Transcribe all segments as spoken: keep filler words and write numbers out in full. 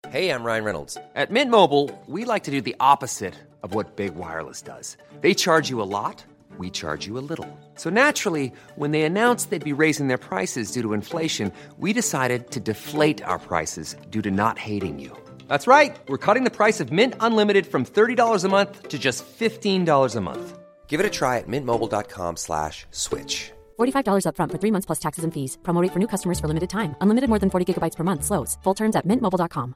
Hey, I'm Ryan Reynolds. At Mint Mobile, we like to do the opposite of what Big Wireless does. They charge you a lot, we charge you a little. So naturally, when they announced they'd be raising their prices due to inflation, we decided to deflate our prices due to not hating you. That's right. We're cutting the price of Mint Unlimited from thirty dollars a month to just fifteen dollars a month. Give it a try at mintmobile.com slash switch. forty-five dollars up front for three months plus taxes and fees. Promo rate for new customers for limited time. Unlimited more than forty gigabytes per month. Slows full terms at mint mobile dot com.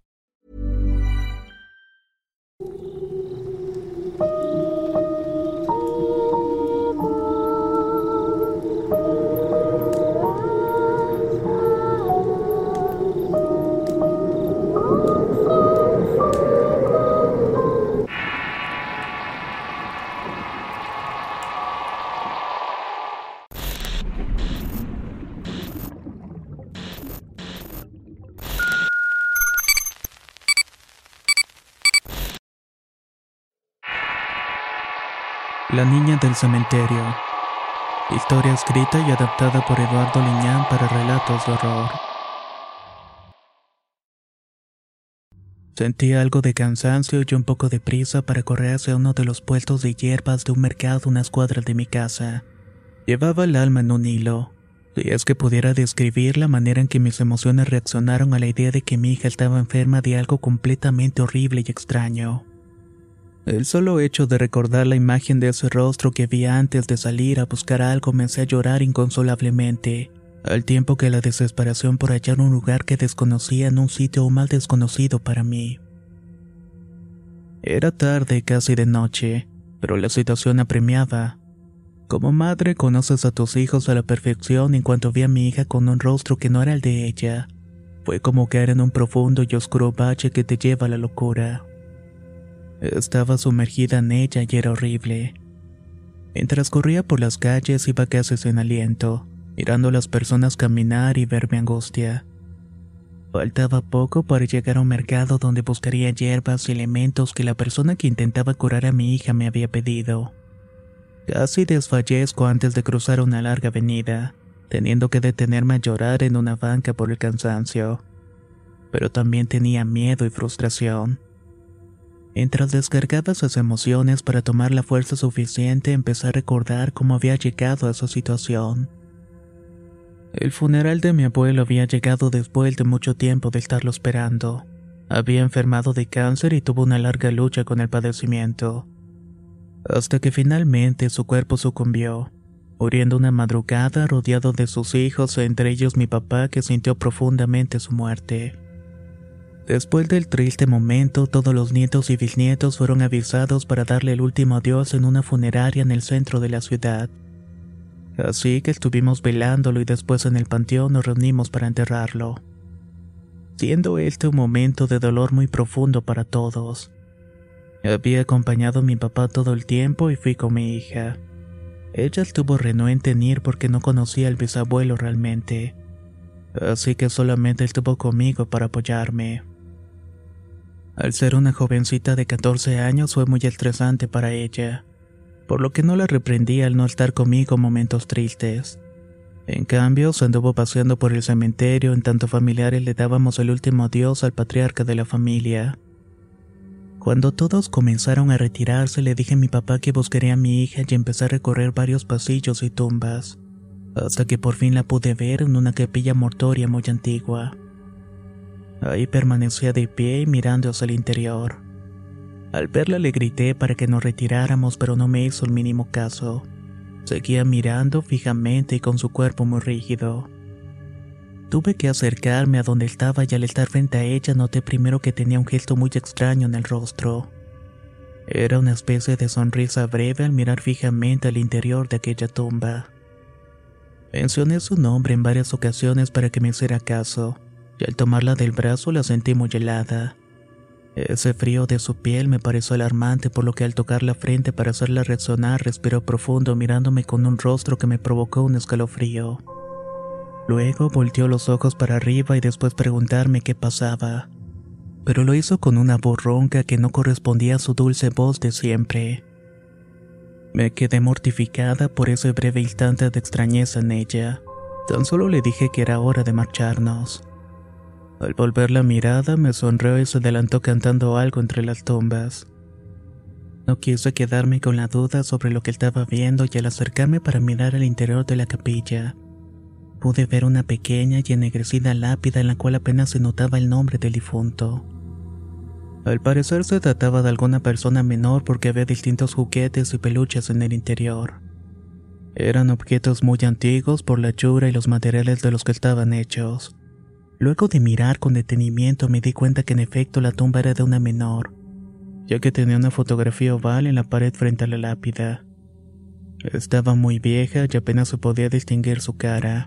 La niña del cementerio. Historia escrita y adaptada por Eduardo Liñán para relatos de horror. Sentí algo de cansancio y un poco de prisa para correr hacia uno de los puestos de hierbas de un mercado unas cuadras de mi casa. Llevaba el alma en un hilo. Si es que pudiera describir la manera en que mis emociones reaccionaron a la idea de que mi hija estaba enferma de algo completamente horrible y extraño. El solo hecho de recordar la imagen de ese rostro que vi antes de salir a buscar algo me hacía llorar inconsolablemente, al tiempo que la desesperación por hallar un lugar que desconocía en un sitio aún más desconocido para mí. Era tarde, casi de noche, pero la situación apremiaba. Como madre conoces a tus hijos a la perfección y en cuanto vi a mi hija con un rostro que no era el de ella, fue como caer en un profundo y oscuro bache que te lleva a la locura. Estaba sumergida en ella y era horrible. Mientras corría por las calles iba casi sin aliento, mirando a las personas caminar y ver mi angustia. Faltaba poco para llegar a un mercado donde buscaría hierbas y elementos que la persona que intentaba curar a mi hija me había pedido. Casi desfallezco antes de cruzar una larga avenida, teniendo que detenerme a llorar en una banca por el cansancio. Pero también tenía miedo y frustración. Mientras descargaba esas emociones para tomar la fuerza suficiente, empecé a recordar cómo había llegado a esa situación. El funeral de mi abuelo había llegado después de mucho tiempo de estarlo esperando. Había enfermado de cáncer y tuvo una larga lucha con el padecimiento. Hasta que finalmente su cuerpo sucumbió, muriendo una madrugada rodeado de sus hijos, entre ellos mi papá, que sintió profundamente su muerte. Después del triste momento, todos los nietos y bisnietos fueron avisados para darle el último adiós en una funeraria en el centro de la ciudad. Así que estuvimos velándolo y después en el panteón nos reunimos para enterrarlo. Siendo este un momento de dolor muy profundo para todos. Había acompañado a mi papá todo el tiempo y fui con mi hija. Ella estuvo renuente en ir porque no conocía al bisabuelo realmente. Así que solamente estuvo conmigo para apoyarme. Al ser una jovencita de catorce años fue muy estresante para ella, por lo que no la reprendí al no estar conmigo en momentos tristes. En cambio, se anduvo paseando por el cementerio en tanto familiares le dábamos el último adiós al patriarca de la familia. Cuando todos comenzaron a retirarse, le dije a mi papá que buscaría a mi hija y empecé a recorrer varios pasillos y tumbas, hasta que por fin la pude ver en una capilla mortuoria muy antigua. Ahí permanecía de pie y mirando hacia el interior. Al verla le grité para que nos retiráramos, pero no me hizo el mínimo caso. Seguía mirando fijamente y con su cuerpo muy rígido. Tuve que acercarme a donde estaba y al estar frente a ella noté primero que tenía un gesto muy extraño en el rostro. Era una especie de sonrisa breve al mirar fijamente al interior de aquella tumba. Mencioné su nombre en varias ocasiones para que me hiciera caso, y al tomarla del brazo la sentí muy helada. Ese frío de su piel me pareció alarmante, por lo que al tocar la frente para hacerla resonar respiró profundo mirándome con un rostro que me provocó un escalofrío. Luego volteó los ojos para arriba y después preguntarme qué pasaba, pero lo hizo con una voz ronca que no correspondía a su dulce voz de siempre. Me quedé mortificada por ese breve instante de extrañeza en ella. Tan solo le dije que era hora de marcharnos. Al volver la mirada me sonrió y se adelantó cantando algo entre las tumbas. No quise quedarme con la duda sobre lo que estaba viendo y al acercarme para mirar al interior de la capilla, pude ver una pequeña y ennegrecida lápida en la cual apenas se notaba el nombre del difunto. Al parecer se trataba de alguna persona menor porque había distintos juguetes y peluches en el interior. Eran objetos muy antiguos por la hechura y los materiales de los que estaban hechos. Luego de mirar con detenimiento me di cuenta que en efecto la tumba era de una menor, ya que tenía una fotografía oval en la pared frente a la lápida. Estaba muy vieja y apenas se podía distinguir su cara.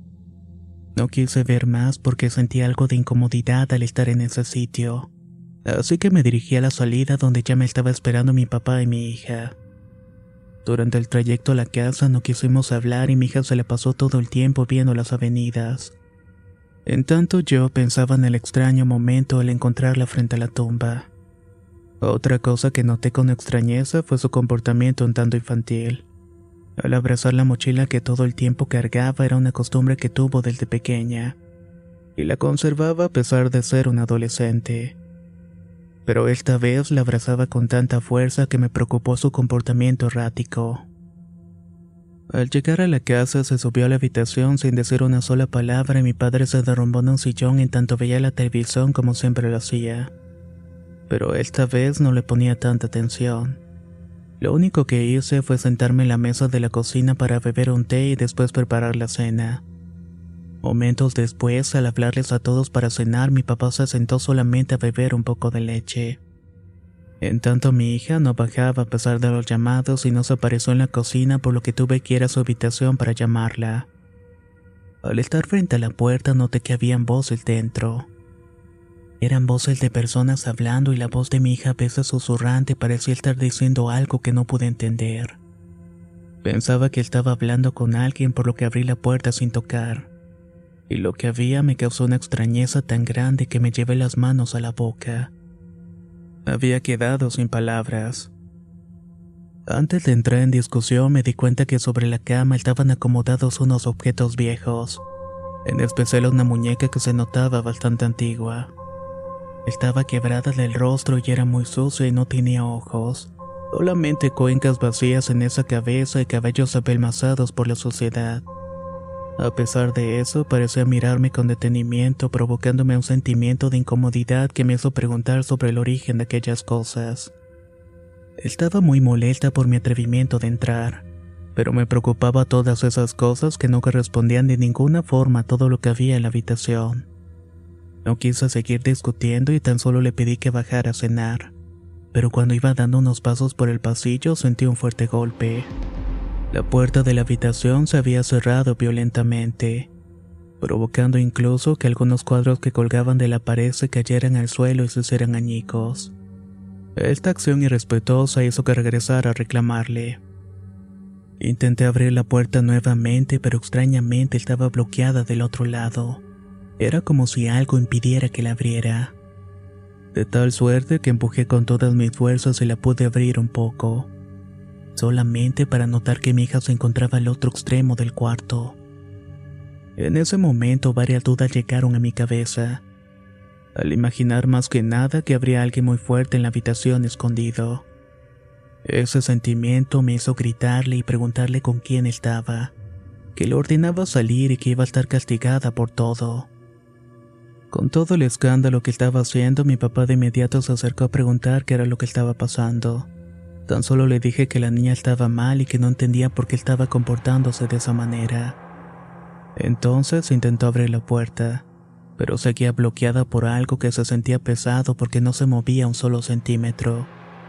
No quise ver más porque sentí algo de incomodidad al estar en ese sitio. Así que me dirigí a la salida donde ya me estaba esperando mi papá y mi hija. Durante el trayecto a la casa no quisimos hablar y mi hija se le pasó todo el tiempo viendo las avenidas. En tanto yo pensaba en el extraño momento al encontrarla frente a la tumba. Otra cosa que noté con extrañeza fue su comportamiento un tanto infantil. Al abrazar la mochila que todo el tiempo cargaba era una costumbre que tuvo desde pequeña, y la conservaba a pesar de ser una adolescente. Pero esta vez la abrazaba con tanta fuerza que me preocupó su comportamiento errático. Al llegar a la casa se subió a la habitación sin decir una sola palabra y mi padre se derrumbó en un sillón en tanto veía la televisión como siempre lo hacía. Pero esta vez no le ponía tanta atención. Lo único que hice fue sentarme en la mesa de la cocina para beber un té y después preparar la cena. Momentos después, al hablarles a todos para cenar, mi papá se sentó solamente a beber un poco de leche. En tanto mi hija no bajaba a pesar de los llamados y no se apareció en la cocina, por lo que tuve que ir a su habitación para llamarla. Al estar frente a la puerta noté que habían voces dentro. Eran voces de personas hablando y la voz de mi hija a veces susurrante parecía estar diciendo algo que no pude entender. Pensaba que estaba hablando con alguien, por lo que abrí la puerta sin tocar. Y lo que había me causó una extrañeza tan grande que me llevé las manos a la boca. Había quedado sin palabras. Antes de entrar en discusión me di cuenta que sobre la cama estaban acomodados unos objetos viejos, en especial una muñeca que se notaba bastante antigua. Estaba quebrada del rostro y era muy sucia y no tenía ojos, solamente cuencas vacías en esa cabeza y cabellos apelmazados por la suciedad. A pesar de eso, parecía mirarme con detenimiento, provocándome un sentimiento de incomodidad que me hizo preguntar sobre el origen de aquellas cosas. Estaba muy molesta por mi atrevimiento de entrar, pero me preocupaba todas esas cosas que no correspondían de ninguna forma a todo lo que había en la habitación. No quise seguir discutiendo y tan solo le pedí que bajara a cenar, pero cuando iba dando unos pasos por el pasillo sentí un fuerte golpe. La puerta de la habitación se había cerrado violentamente, provocando incluso que algunos cuadros que colgaban de la pared se cayeran al suelo y se hicieran añicos. Esta acción irrespetuosa hizo que regresara a reclamarle. Intenté abrir la puerta nuevamente, pero extrañamente estaba bloqueada del otro lado. Era como si algo impidiera que la abriera. De tal suerte que empujé con todas mis fuerzas y la pude abrir un poco, solamente para notar que mi hija se encontraba al otro extremo del cuarto. En ese momento varias dudas llegaron a mi cabeza, al imaginar más que nada que habría alguien muy fuerte en la habitación escondido. Ese sentimiento me hizo gritarle y preguntarle con quién estaba, que le ordenaba salir y que iba a estar castigada por todo. Con todo el escándalo que estaba haciendo, mi papá de inmediato se acercó a preguntar qué era lo que estaba pasando. Tan solo le dije que la niña estaba mal y que no entendía por qué estaba comportándose de esa manera. Entonces intentó abrir la puerta, pero seguía bloqueada por algo que se sentía pesado porque no se movía un solo centímetro.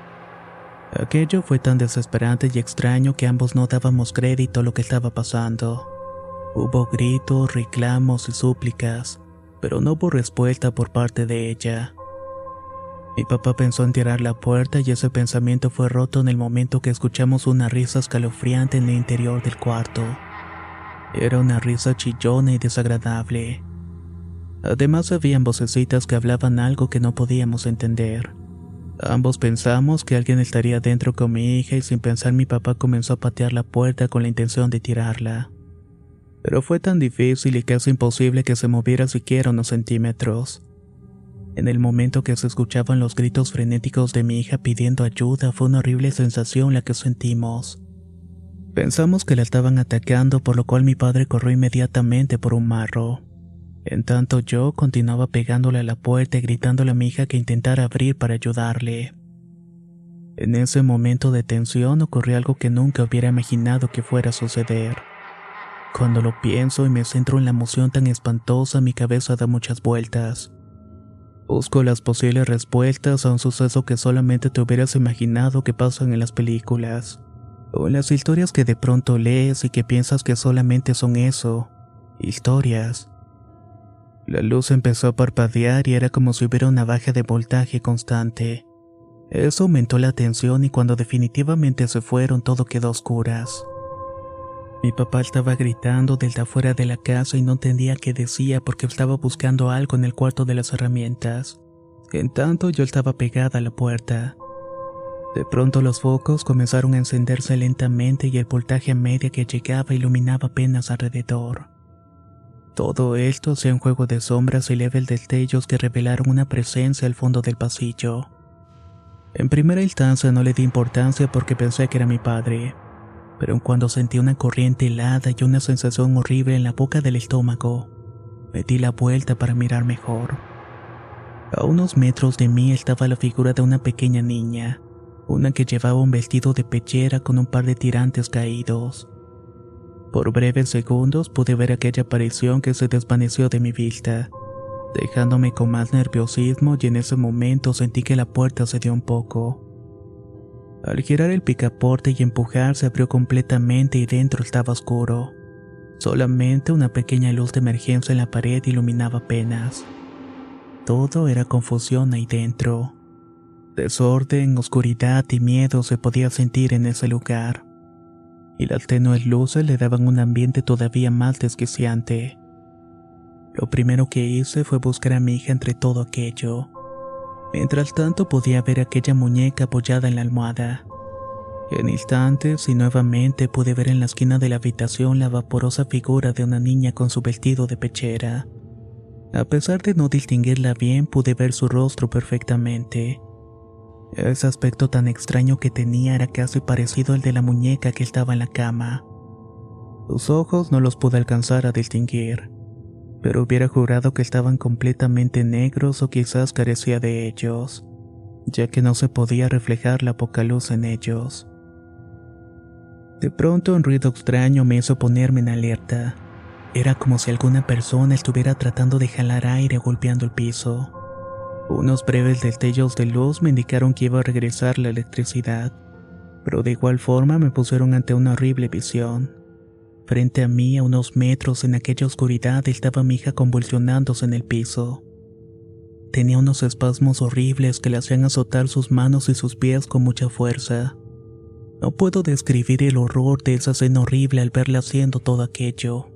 Aquello fue tan desesperante y extraño que ambos no dábamos crédito a lo que estaba pasando. Hubo gritos, reclamos y súplicas, pero no hubo respuesta por parte de ella. Mi papá pensó en tirar la puerta y ese pensamiento fue roto en el momento que escuchamos una risa escalofriante en el interior del cuarto. Era una risa chillona y desagradable. Además habían vocecitas que hablaban algo que no podíamos entender. Ambos pensamos que alguien estaría dentro con mi hija y sin pensar mi papá comenzó a patear la puerta con la intención de tirarla. pero fue tan difícil y casi imposible que se moviera siquiera unos centímetros. En el momento que se escuchaban los gritos frenéticos de mi hija pidiendo ayuda, fue una horrible sensación la que sentimos. Pensamos que la estaban atacando, por lo cual mi padre corrió inmediatamente por un marro. En tanto yo continuaba pegándole a la puerta y gritándole a mi hija que intentara abrir para ayudarle. En ese momento de tensión ocurrió algo que nunca hubiera imaginado que fuera a suceder. Cuando lo pienso y me centro en la emoción tan espantosa, mi cabeza da muchas vueltas. Busco las posibles respuestas a un suceso que solamente te hubieras imaginado que pasan en las películas, o en las historias que de pronto lees y que piensas que solamente son eso, historias. La luz empezó a parpadear y era como si hubiera una baja de voltaje constante. Eso aumentó la tensión y cuando definitivamente se fueron todo quedó a oscuras. Mi papá estaba gritando desde afuera de la casa y no entendía qué decía porque estaba buscando algo en el cuarto de las herramientas. En tanto yo estaba pegada a la puerta. De pronto los focos comenzaron a encenderse lentamente y el voltaje a media que llegaba iluminaba apenas alrededor. Todo esto hacía un juego de sombras y leves destellos que revelaron una presencia al fondo del pasillo. En primera instancia no le di importancia porque pensé que era mi padre, pero cuando sentí una corriente helada y una sensación horrible en la boca del estómago, me di la vuelta para mirar mejor. A unos metros de mí estaba la figura de una pequeña niña, una que llevaba un vestido de pechera con un par de tirantes caídos. Por breves segundos pude ver aquella aparición que se desvaneció de mi vista, dejándome con más nerviosismo, y en ese momento sentí que la puerta se dio un poco. Al girar el picaporte y empujar se abrió completamente y dentro estaba oscuro. Solamente una pequeña luz de emergencia en la pared iluminaba apenas. Todo era confusión ahí dentro. Desorden, oscuridad y miedo se podía sentir en ese lugar. Y las tenues luces le daban un ambiente todavía más desquiciante. Lo primero que hice fue buscar a mi hija entre todo aquello. Mientras tanto podía ver aquella muñeca apoyada en la almohada. En instantes y nuevamente pude ver en la esquina de la habitación la vaporosa figura de una niña con su vestido de pechera. A pesar de no distinguirla bien, pude ver su rostro perfectamente. Ese aspecto tan extraño que tenía era casi parecido al de la muñeca que estaba en la cama. Sus ojos no los pude alcanzar a distinguir, pero hubiera jurado que estaban completamente negros o quizás carecía de ellos, ya que no se podía reflejar la poca luz en ellos. De pronto un ruido extraño me hizo ponerme en alerta. Era como si alguna persona estuviera tratando de jalar aire golpeando el piso. Unos breves destellos de luz me indicaron que iba a regresar la electricidad, pero de igual forma me pusieron ante una horrible visión. Frente a mí, a unos metros en aquella oscuridad, estaba mi hija convulsionándose en el piso. Tenía unos espasmos horribles que le hacían azotar sus manos y sus pies con mucha fuerza. No puedo describir el horror de esa escena horrible al verla haciendo todo aquello.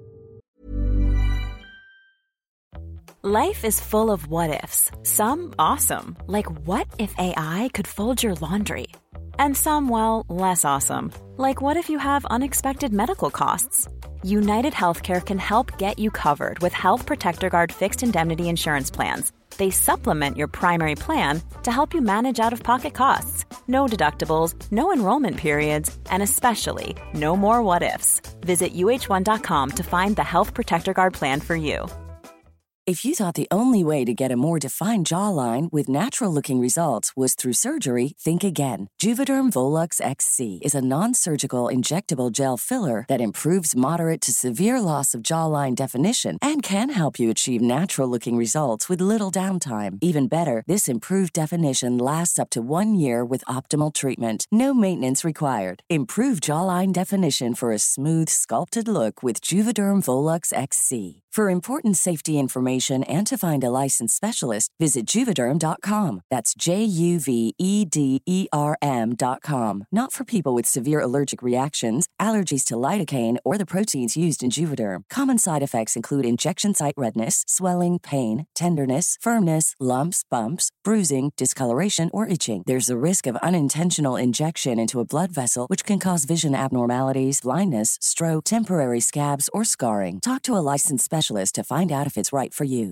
Life is full of what-ifs. Some awesome, like what if A I could fold your laundry? And some, well, less awesome, like what if you have unexpected medical costs? United Healthcare can help get you covered with Health Protector Guard fixed indemnity insurance plans. They supplement your primary plan to help you manage out-of-pocket costs. No deductibles, no enrollment periods, and especially no more what-ifs. Visit U H one dot com to find the Health Protector Guard plan for you. If you thought the only way to get a more defined jawline with natural-looking results was through surgery, think again. Juvederm Volux X C is a non-surgical injectable gel filler that improves moderate to severe loss of jawline definition and can help you achieve natural-looking results with little downtime. Even better, this improved definition lasts up to one year with optimal treatment. No maintenance required. Improve jawline definition for a smooth, sculpted look with Juvederm Volux X C. For important safety information and to find a licensed specialist, visit Juvederm dot com. That's J U V E D E R M dot com. Not for people with severe allergic reactions, allergies to lidocaine, or the proteins used in Juvederm. Common side effects include injection site redness, swelling, pain, tenderness, firmness, lumps, bumps, bruising, discoloration, or itching. There's a risk of unintentional injection into a blood vessel, which can cause vision abnormalities, blindness, stroke, temporary scabs, or scarring. Talk to a licensed specialist to find out if it's right for you.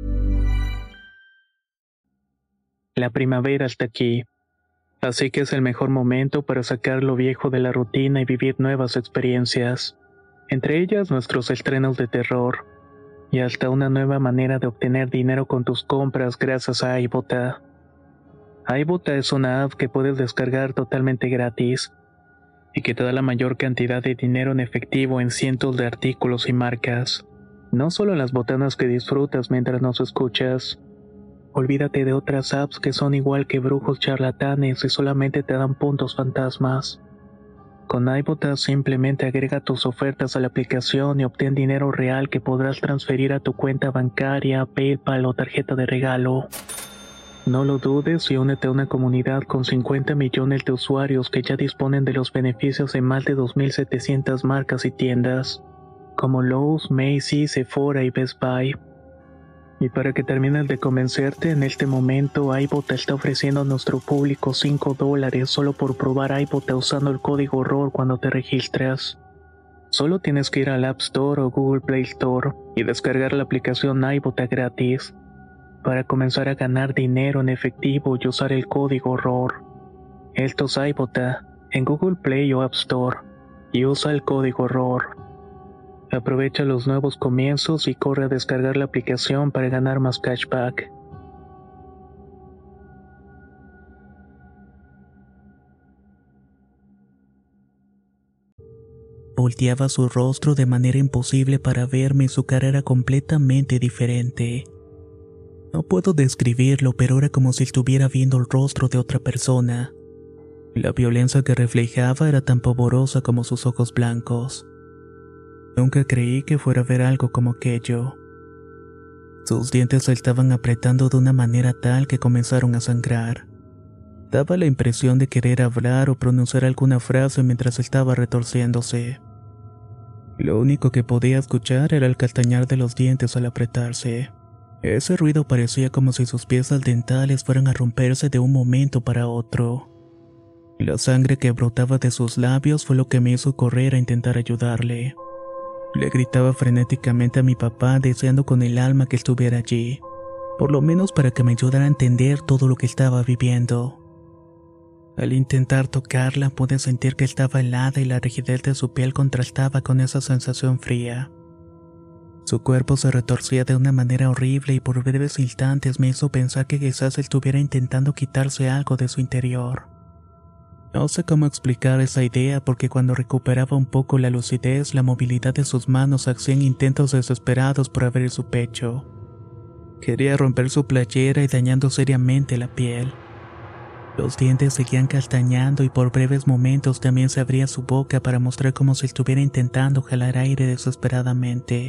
La primavera está aquí, así que es el mejor momento para sacar lo viejo de la rutina y vivir nuevas experiencias, entre ellas nuestros estrenos de terror, y hasta una nueva manera de obtener dinero con tus compras gracias a iBota. iBota es una app que puedes descargar totalmente gratis, y que te da la mayor cantidad de dinero en efectivo en cientos de artículos y marcas. No solo las botanas que disfrutas mientras nos escuchas. Olvídate de otras apps que son igual que brujos charlatanes y solamente te dan puntos fantasmas. Con iBota simplemente agrega tus ofertas a la aplicación y obtén dinero real que podrás transferir a tu cuenta bancaria, PayPal o tarjeta de regalo. No lo dudes y únete a una comunidad con cincuenta millones de usuarios que ya disponen de los beneficios de más de dos mil setecientas marcas y tiendas, como Lowe's, Macy's, Sephora y Best Buy. Y para que termines de convencerte, en este momento iBota está ofreciendo a nuestro público cinco dólares solo por probar iBota usando el código horror cuando te registras. Solo tienes que ir al App Store o Google Play Store y descargar la aplicación iBota gratis para comenzar a ganar dinero en efectivo y usar el código horror. Esto es iBota en Google Play o App Store y usa el código horror. Aprovecha los nuevos comienzos y corre a descargar la aplicación para ganar más cashback. Volteaba su rostro de manera imposible para verme y su cara era completamente diferente. No puedo describirlo, pero era como si estuviera viendo el rostro de otra persona. La violencia que reflejaba era tan pavorosa como sus ojos blancos. Nunca creí que fuera a ver algo como aquello. Sus dientes se estaban apretando de una manera tal que comenzaron a sangrar. Daba la impresión de querer hablar o pronunciar alguna frase mientras estaba retorciéndose. Lo único que podía escuchar era el castañar de los dientes al apretarse. Ese ruido parecía como si sus piezas dentales fueran a romperse de un momento para otro. La sangre que brotaba de sus labios fue lo que me hizo correr a intentar ayudarle. Le gritaba frenéticamente a mi papá deseando con el alma que estuviera allí, por lo menos para que me ayudara a entender todo lo que estaba viviendo. Al intentar tocarla pude sentir que estaba helada y la rigidez de su piel contrastaba con esa sensación fría. Su cuerpo se retorcía de una manera horrible y por breves instantes me hizo pensar que quizás estuviera intentando quitarse algo de su interior. No sé cómo explicar esa idea porque cuando recuperaba un poco la lucidez, la movilidad de sus manos hacían intentos desesperados por abrir su pecho. Quería romper su playera y dañando seriamente la piel. Los dientes seguían castañando y por breves momentos también se abría su boca para mostrar como si estuviera intentando jalar aire desesperadamente.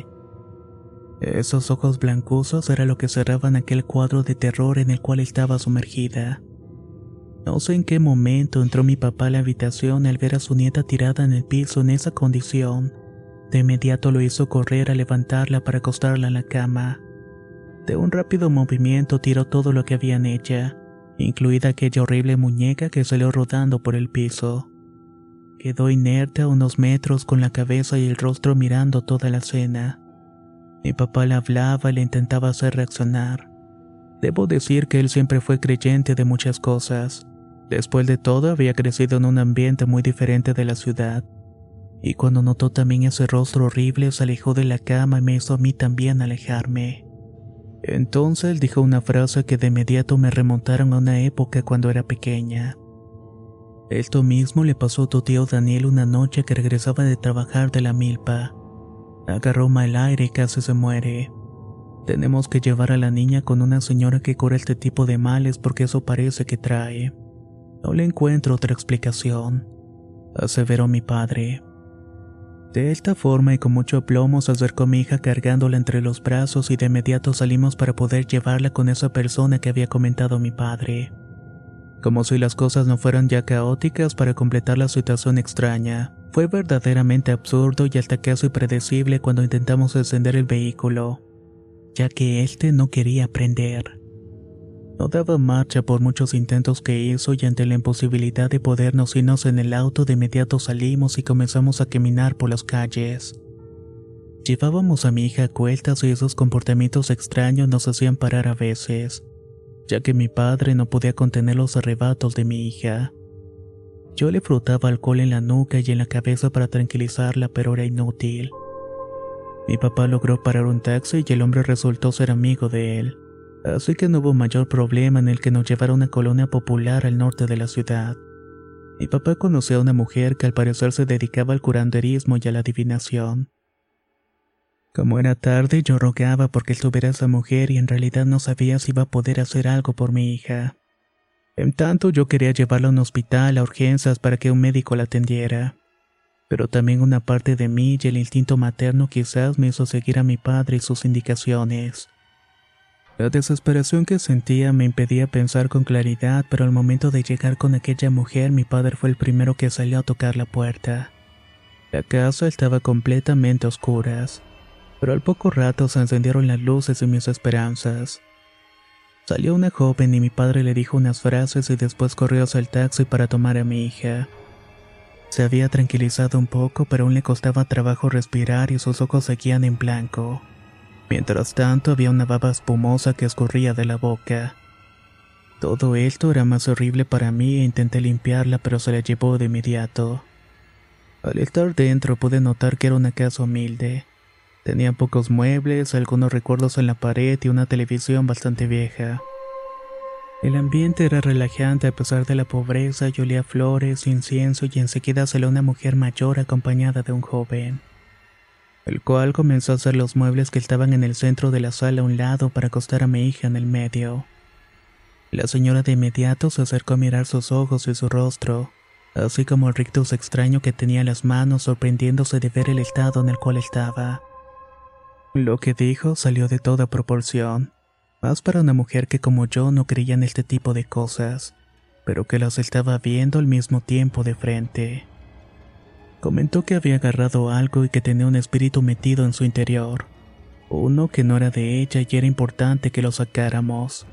Esos ojos blancuzos era lo que cerraban aquel cuadro de terror en el cual estaba sumergida. No sé en qué momento entró mi papá a la habitación al ver a su nieta tirada en el piso en esa condición. De inmediato lo hizo correr a levantarla para acostarla en la cama. De un rápido movimiento tiró todo lo que había en ella, incluida aquella horrible muñeca que salió rodando por el piso. Quedó inerte a unos metros con la cabeza y el rostro mirando toda la escena. Mi papá le hablaba y le intentaba hacer reaccionar. Debo decir que él siempre fue creyente de muchas cosas. Después de todo, había crecido en un ambiente muy diferente de la ciudad. Y cuando notó también ese rostro horrible, se alejó de la cama y me hizo a mí también alejarme. Entonces dijo una frase que de inmediato me remontaron a una época cuando era pequeña. Esto mismo le pasó a tu tío Daniel una noche que regresaba de trabajar de la milpa. Agarró mal aire y casi se muere. Tenemos que llevar a la niña con una señora que cura este tipo de males porque eso parece que trae. No le encuentro otra explicación, aseveró mi padre. De esta forma y con mucho aplomo se acercó mi hija cargándola entre los brazos y de inmediato salimos para poder llevarla con esa persona que había comentado mi padre. Como si las cosas no fueran ya caóticas para completar la situación extraña, fue verdaderamente absurdo y hasta casi predecible cuando intentamos encender el vehículo, ya que éste no quería prender. No daba marcha por muchos intentos que hizo y ante la imposibilidad de podernos irnos en el auto de inmediato salimos y comenzamos a caminar por las calles. Llevábamos a mi hija a cuestas y esos comportamientos extraños nos hacían parar a veces, ya que mi padre no podía contener los arrebatos de mi hija. Yo le frotaba alcohol en la nuca y en la cabeza para tranquilizarla, pero era inútil. Mi papá logró parar un taxi y el hombre resultó ser amigo de él. Así que no hubo mayor problema en el que nos llevara a una colonia popular al norte de la ciudad. Mi papá conoció a una mujer que al parecer se dedicaba al curanderismo y a la adivinación. Como era tarde, yo rogaba porque estuviera esa mujer y en realidad no sabía si iba a poder hacer algo por mi hija. En tanto, yo quería llevarla a un hospital a urgencias para que un médico la atendiera. Pero también una parte de mí y el instinto materno quizás me hizo seguir a mi padre y sus indicaciones. La desesperación que sentía me impedía pensar con claridad, pero al momento de llegar con aquella mujer, mi padre fue el primero que salió a tocar la puerta. La casa estaba completamente a oscuras, pero al poco rato se encendieron las luces y mis esperanzas. Salió una joven y mi padre le dijo unas frases y después corrió hacia el taxi para tomar a mi hija. Se había tranquilizado un poco, pero aún le costaba trabajo respirar y sus ojos seguían en blanco. Mientras tanto, había una baba espumosa que escurría de la boca. Todo esto era más horrible para mí e intenté limpiarla, pero se la llevó de inmediato. Al estar dentro pude notar que era una casa humilde. Tenía pocos muebles, algunos recuerdos en la pared y una televisión bastante vieja. El ambiente era relajante a pesar de la pobreza y olía a flores, incienso y enseguida salió una mujer mayor acompañada de un joven, el cual comenzó a hacer los muebles que estaban en el centro de la sala a un lado para acostar a mi hija en el medio. La señora de inmediato se acercó a mirar sus ojos y su rostro, así como el rictus extraño que tenía en las manos, sorprendiéndose de ver el estado en el cual estaba. Lo que dijo salió de toda proporción, más para una mujer que como yo no creía en este tipo de cosas, pero que las estaba viendo al mismo tiempo de frente. Comentó que había agarrado algo y que tenía un espíritu metido en su interior, uno que no era de ella y era importante que lo sacáramos.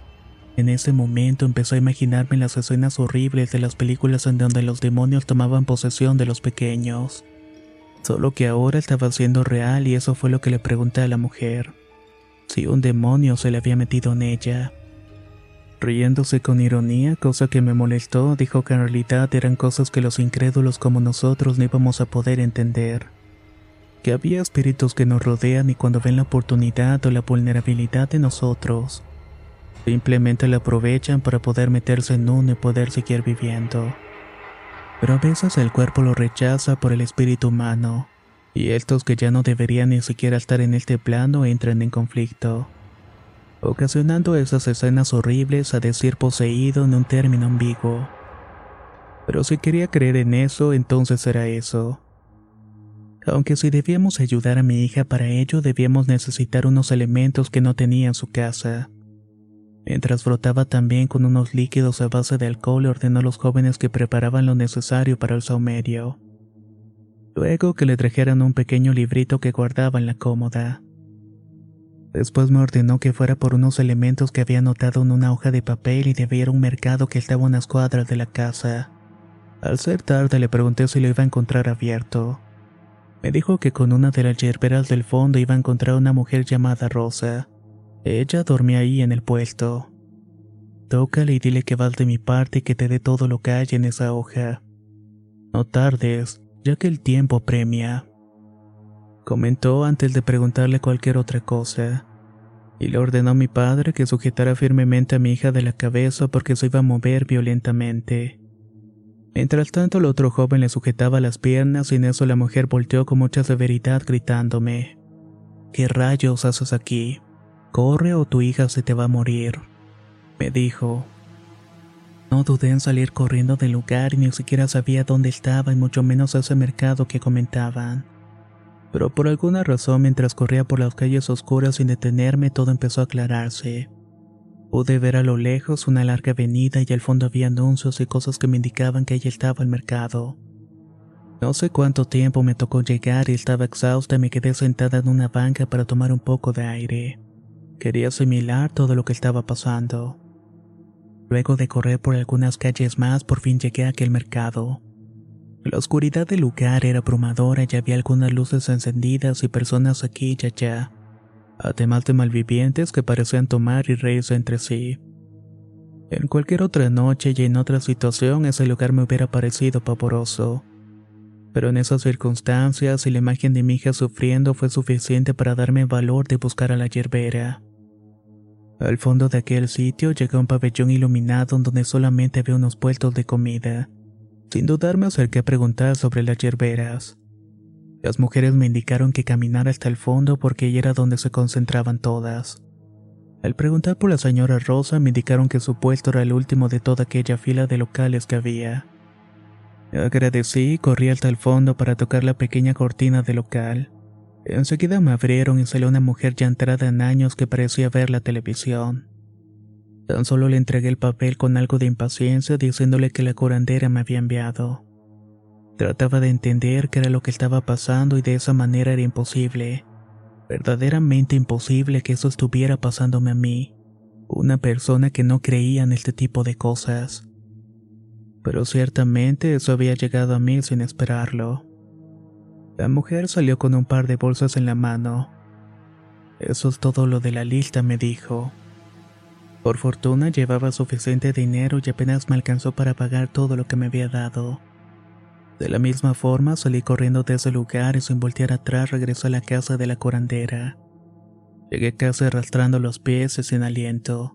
En ese momento empezó a imaginarme las escenas horribles de las películas en donde los demonios tomaban posesión de los pequeños. Solo que ahora estaba siendo real y eso fue lo que le pregunté a la mujer, si un demonio se le había metido en ella. Riéndose con ironía, cosa que me molestó, dijo que en realidad eran cosas que los incrédulos como nosotros no íbamos a poder entender. Que había espíritus que nos rodean y cuando ven la oportunidad o la vulnerabilidad de nosotros, simplemente la aprovechan para poder meterse en uno y poder seguir viviendo. Pero a veces el cuerpo lo rechaza por el espíritu humano, y estos que ya no deberían ni siquiera estar en este plano entran en conflicto, ocasionando esas escenas horribles, a decir poseído en un término ambiguo. Pero si quería creer en eso, entonces era eso. Aunque si debíamos ayudar a mi hija para ello, debíamos necesitar unos elementos que no tenía en su casa. Mientras frotaba también con unos líquidos a base de alcohol, ordenó a los jóvenes que preparaban lo necesario para el saumerio. Luego que le trajeran un pequeño librito que guardaba en la cómoda. Después me ordenó que fuera por unos elementos que había anotado en una hoja de papel y debía ir a un mercado que estaba a unas cuadras de la casa. Al ser tarde le pregunté si lo iba a encontrar abierto. Me dijo que con una de las yerberas del fondo iba a encontrar una mujer llamada Rosa. Ella dormía ahí en el puesto. Tócale y dile que vas de mi parte y que te dé todo lo que hay en esa hoja. No tardes, ya que el tiempo premia, comentó antes de preguntarle cualquier otra cosa, y le ordenó a mi padre que sujetara firmemente a mi hija de la cabeza porque se iba a mover violentamente. Mientras tanto el otro joven le sujetaba las piernas y en eso la mujer volteó con mucha severidad gritándome: ¿Qué rayos haces aquí? Corre o tu hija se te va a morir, me dijo. No dudé en salir corriendo del lugar y ni siquiera sabía dónde estaba y mucho menos ese mercado que comentaban. Pero por alguna razón, mientras corría por las calles oscuras sin detenerme, todo empezó a aclararse. Pude ver a lo lejos una larga avenida y al fondo había anuncios y cosas que me indicaban que allí estaba el mercado. No sé cuánto tiempo me tocó llegar y estaba exhausta y me quedé sentada en una banca para tomar un poco de aire. Quería asimilar todo lo que estaba pasando. Luego de correr por algunas calles más, por fin llegué a aquel mercado. La oscuridad del lugar era abrumadora y había algunas luces encendidas y personas aquí y allá, además de malvivientes que parecían tomar y reírse entre sí. En cualquier otra noche y en otra situación ese lugar me hubiera parecido pavoroso. Pero en esas circunstancias y la imagen de mi hija sufriendo fue suficiente para darme valor de buscar a la yerbera. Al fondo de aquel sitio llegué a un pabellón iluminado donde solamente había unos puestos de comida. Sin dudar me acerqué a preguntar sobre las yerberas. Las mujeres me indicaron que caminara hasta el fondo porque ahí era donde se concentraban todas. Al preguntar por la señora Rosa me indicaron que su puesto era el último de toda aquella fila de locales que había. Agradecí y corrí hasta el fondo para tocar la pequeña cortina del local. Enseguida me abrieron y salió una mujer ya entrada en años que parecía ver la televisión. Tan solo le entregué el papel con algo de impaciencia diciéndole que la curandera me había enviado. Trataba de entender qué era lo que estaba pasando y de esa manera era imposible, verdaderamente imposible que eso estuviera pasándome a mí, una persona que no creía en este tipo de cosas. Pero ciertamente eso había llegado a mí sin esperarlo. La mujer salió con un par de bolsas en la mano. Eso es todo lo de la lista, me dijo. Por fortuna llevaba suficiente dinero y apenas me alcanzó para pagar todo lo que me había dado. De la misma forma salí corriendo de ese lugar y sin voltear atrás regresé a la casa de la curandera. Llegué a casa arrastrando los pies y sin aliento.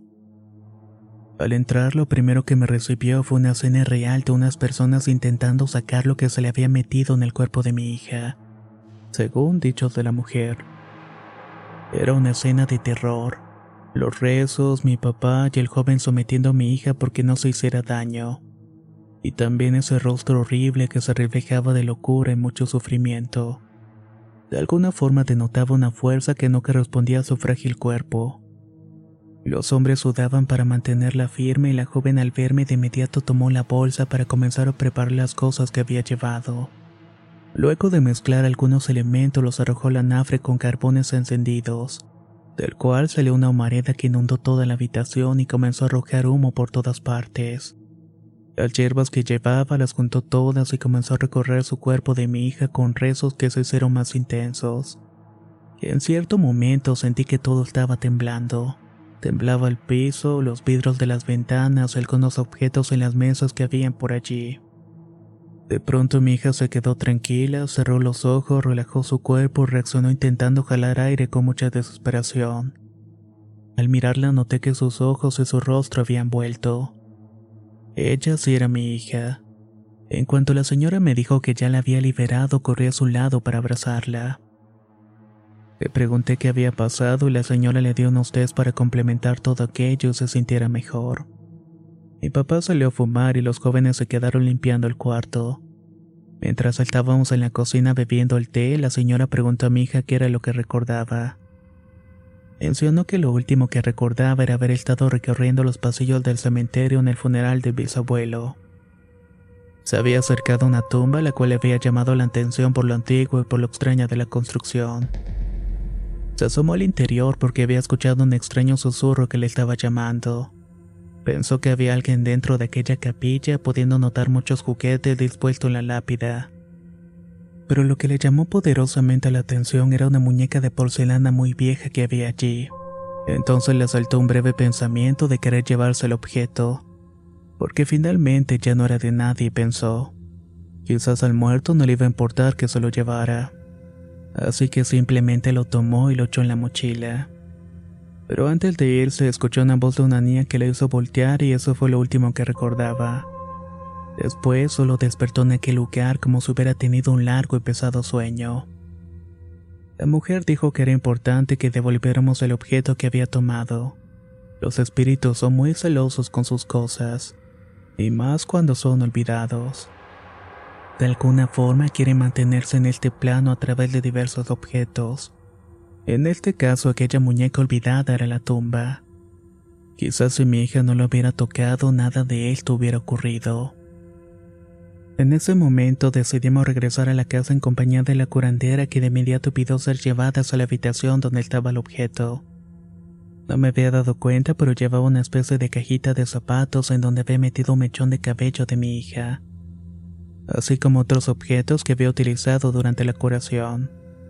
Al entrar, lo primero que me recibió fue una escena real de unas personas intentando sacar lo que se le había metido en el cuerpo de mi hija, según dichos de la mujer. Era una escena de terror. Los rezos, mi papá y el joven sometiendo a mi hija porque no se hiciera daño. Y también ese rostro horrible que se reflejaba de locura y mucho sufrimiento. De alguna forma denotaba una fuerza que no correspondía a su frágil cuerpo. Los hombres sudaban para mantenerla firme y la joven al verme de inmediato tomó la bolsa para comenzar a preparar las cosas que había llevado. Luego de mezclar algunos elementos los arrojó al anafre con carbones encendidos, del cual salió una humareda que inundó toda la habitación y comenzó a arrojar humo por todas partes. Las hierbas que llevaba las juntó todas y comenzó a recorrer su cuerpo de mi hija con rezos que se hicieron más intensos. En cierto momento sentí que todo estaba temblando. Temblaba el piso, los vidrios de las ventanas, algunos objetos en las mesas que habían por allí. De pronto mi hija se quedó tranquila, cerró los ojos, relajó su cuerpo y reaccionó intentando jalar aire con mucha desesperación. Al mirarla noté que sus ojos y su rostro habían vuelto. Ella sí era mi hija. En cuanto la señora me dijo que ya la había liberado, corrí a su lado para abrazarla. Le pregunté qué había pasado y la señora le dio unos tés para complementar todo aquello y se sintiera mejor. Mi papá salió a fumar y los jóvenes se quedaron limpiando el cuarto. Mientras estábamos en la cocina bebiendo el té, la señora preguntó a mi hija qué era lo que recordaba. Mencionó que lo último que recordaba era haber estado recorriendo los pasillos del cementerio en el funeral del bisabuelo. Se había acercado a una tumba la cual le había llamado la atención por lo antiguo y por lo extraña de la construcción. Se asomó al interior porque había escuchado un extraño susurro que le estaba llamando. Pensó que había alguien dentro de aquella capilla, pudiendo notar muchos juguetes dispuestos en la lápida. Pero lo que le llamó poderosamente la atención era una muñeca de porcelana muy vieja que había allí. Entonces le asaltó un breve pensamiento de querer llevarse el objeto, porque finalmente ya no era de nadie, pensó. Quizás al muerto no le iba a importar que se lo llevara. Así que simplemente lo tomó y lo echó en la mochila. Pero antes de irse escuchó una voz de una niña que le hizo voltear y eso fue lo último que recordaba. Después solo despertó en aquel lugar como si hubiera tenido un largo y pesado sueño. La mujer dijo que era importante que devolviéramos el objeto que había tomado. Los espíritus son muy celosos con sus cosas. y más cuando son olvidados. De alguna forma quieren mantenerse en este plano a través de diversos objetos. En este caso, aquella muñeca olvidada era la tumba. Quizás si mi hija no lo hubiera tocado, nada de esto hubiera ocurrido. En ese momento decidimos regresar a la casa en compañía de la curandera, que de inmediato pidió ser llevadas a la habitación donde estaba el objeto. No me había dado cuenta, pero llevaba una especie de cajita de zapatos en donde había metido un mechón de cabello de mi hija, así como otros objetos que había utilizado durante la curación.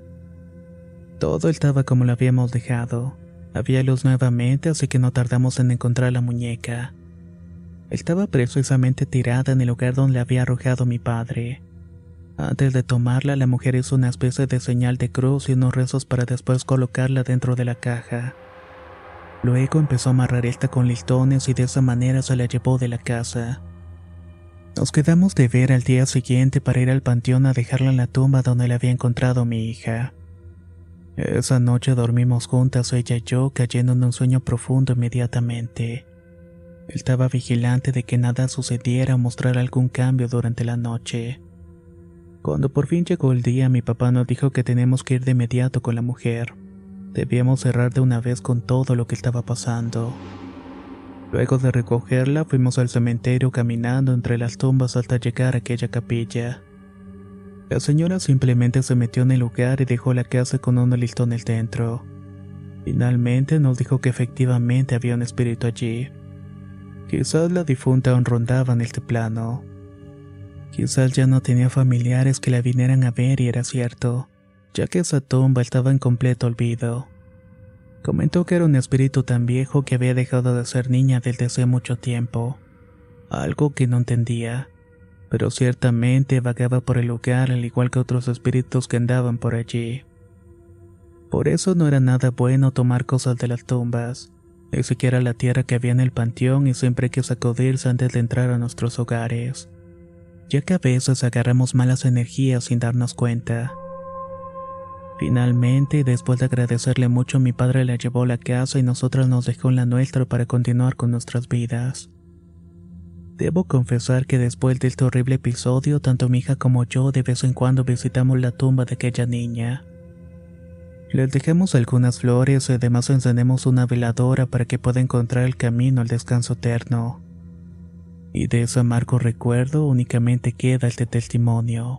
Todo estaba como lo habíamos dejado. Había luz nuevamente, así que no tardamos en encontrar la muñeca. Estaba precisamente tirada en el lugar donde la había arrojado mi padre. Antes de tomarla, la mujer hizo una especie de señal de cruz y unos rezos para después colocarla dentro de la caja. Luego empezó a amarrar esta con listones y de esa manera se la llevó de la casa. Nos quedamos de ver al día siguiente para ir al panteón a dejarla en la tumba donde la había encontrado mi hija. Esa noche dormimos juntas ella y yo, cayendo en un sueño profundo inmediatamente. Estaba vigilante de que nada sucediera o mostrara algún cambio durante la noche. Cuando por fin llegó el día, mi papá nos dijo que tenemos que ir de inmediato con la mujer. Debíamos cerrar de una vez con todo lo que estaba pasando. Luego de recogerla, fuimos al cementerio caminando entre las tumbas hasta llegar a aquella capilla. La señora simplemente se metió en el lugar y dejó la casa con unos listones dentro. Finalmente nos dijo que efectivamente había un espíritu allí. Quizás la difunta aún rondaba en este plano. Quizás ya no tenía familiares que la vinieran a ver y era cierto, ya que esa tumba estaba en completo olvido. Comentó que era un espíritu tan viejo que había dejado de ser niña desde hace mucho tiempo. Algo que no entendía, pero ciertamente vagaba por el lugar al igual que otros espíritus que andaban por allí. Por eso no era nada bueno tomar cosas de las tumbas, ni siquiera la tierra que había en el panteón, y siempre hay que sacudirse antes de entrar a nuestros hogares, ya que a veces agarramos malas energías sin darnos cuenta. Finalmente, después de agradecerle mucho, mi padre la llevó a la casa y nosotras nos dejó en la nuestra para continuar con nuestras vidas. Debo confesar que después de este horrible episodio, tanto mi hija como yo de vez en cuando visitamos la tumba de aquella niña. Les dejamos algunas flores y además encendemos una veladora para que pueda encontrar el camino al descanso eterno. Y de ese amargo recuerdo únicamente queda este testimonio.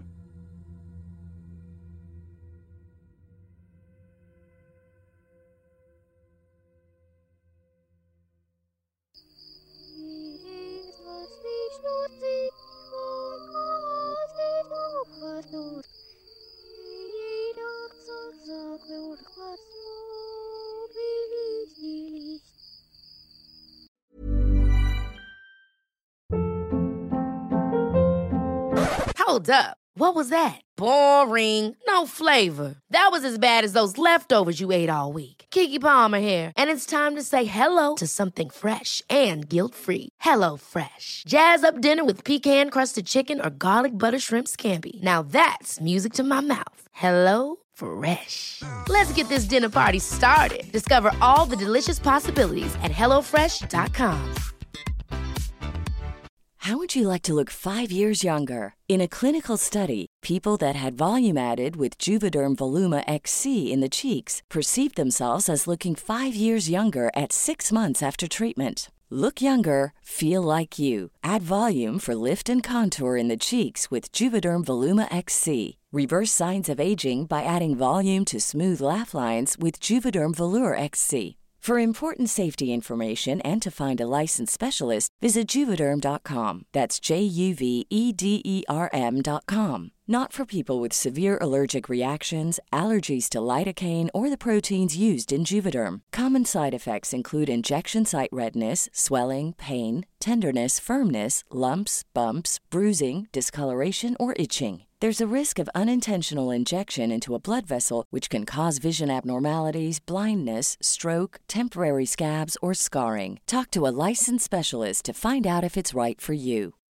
Hold up. What was that? Boring. No flavor. That was as bad as those leftovers you ate all week. Keke Palmer here, and it's time to say hello to something fresh and guilt-free. Hello Fresh. Jazz up dinner with pecan-crusted chicken or garlic butter shrimp scampi. Now that's music to my mouth. Hello Fresh. Let's get this dinner party started. Discover all the delicious possibilities at hello fresh dot com. How would you like to look five years younger? In a clinical study, people that had volume added with Juvederm Voluma X C in the cheeks perceived themselves as looking five years younger at six months after treatment. Look younger, feel like you. Add volume for lift and contour in the cheeks with Juvederm Voluma X C. Reverse signs of aging by adding volume to smooth laugh lines with Juvederm Volure X C. For important safety information and to find a licensed specialist, visit Juvederm dot com. That's J U V E D E R M dot com. Not for people with severe allergic reactions, allergies to lidocaine, or the proteins used in Juvederm. Common side effects include injection site redness, swelling, pain, tenderness, firmness, lumps, bumps, bruising, discoloration, or itching. There's a risk of unintentional injection into a blood vessel, which can cause vision abnormalities, blindness, stroke, temporary scabs, or scarring. Talk to a licensed specialist to find out if it's right for you.